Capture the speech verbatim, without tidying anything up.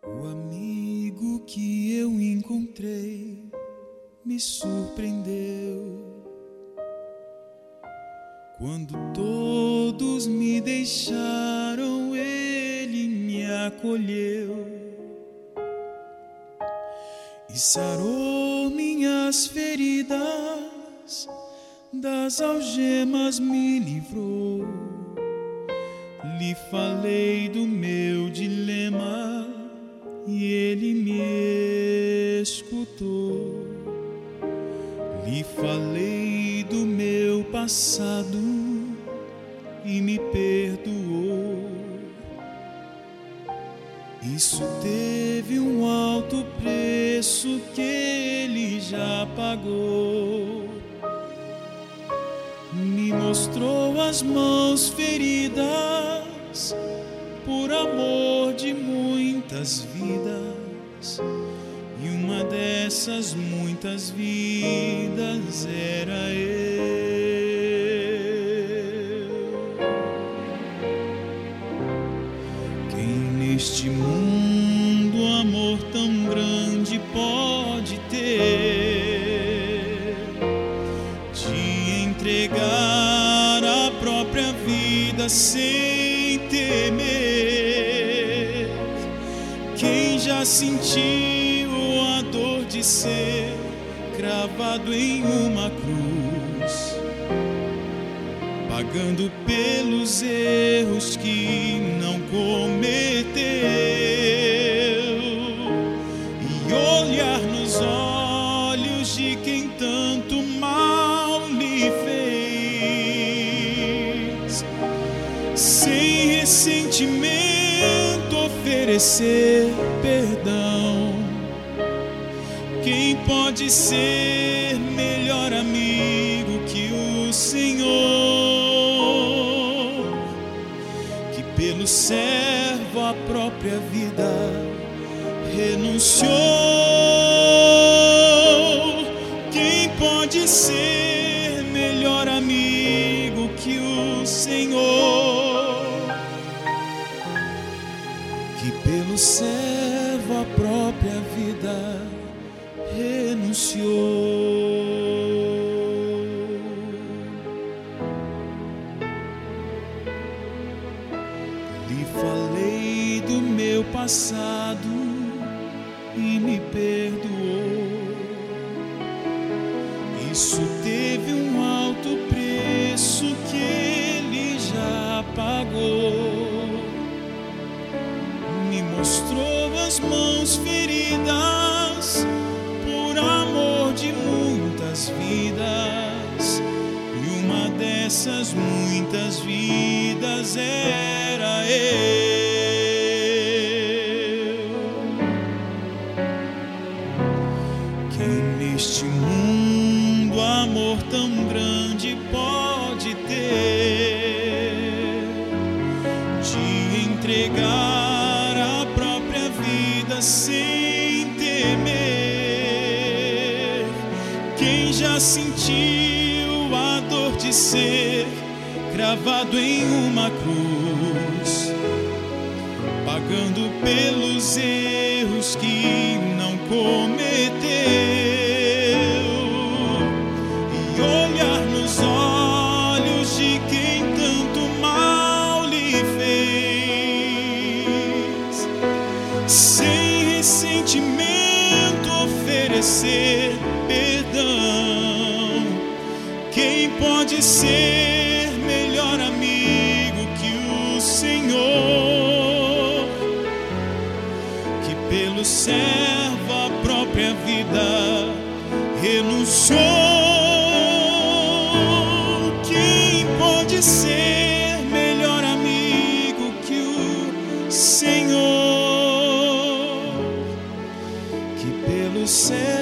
O amigo que eu encontrei me surpreendeu. Quando todos me deixaram, ele me acolheu e sarou minhas feridas, das algemas me livrou. Lhe falei do meu dilema e ele me escutou. Lhe falei do meu passado e me perdoou. Isso teve um alto preço que ele já pagou. Me mostrou as mãos feridas por amor de muitas vidas, e uma dessas muitas vidas era eu. Quem neste mundo amor tão grande pode ter, de entregar a própria vida sem temer? Quem já sentiu a dor de ser cravado em uma cruz, pagando pelos erros que não cometeu, e olhar nos olhos de quem tanto mal lhe fez, sem ressentimento oferecer perdão? Quem pode ser melhor amigo que o Senhor, que pelo servo a própria vida renunciou? Quem pode ser melhor amigo que o Senhor, que pelo servo a própria vida renunciou? Lhe falei do meu passado e me perdoou. Isso teve um alto preço que ele já pagou. Me mostrou as mãos feridas por amor de muitas vidas, e uma dessas muitas vidas era eu. Quem neste mundo amor tão grande pode ter, de entregar a própria vida sem temer? Quem já sentiu a dor de ser cravado em uma cruz, pagando pelos erros que não cometeu, e olhar nos olhos de quem tanto mal lhe fez, sem ressentimento oferecer perdão? Quem pode ser melhor amigo que o Senhor, que pelo servo a própria vida renunciou? Quem pode ser melhor amigo que o Senhor, que pelo servo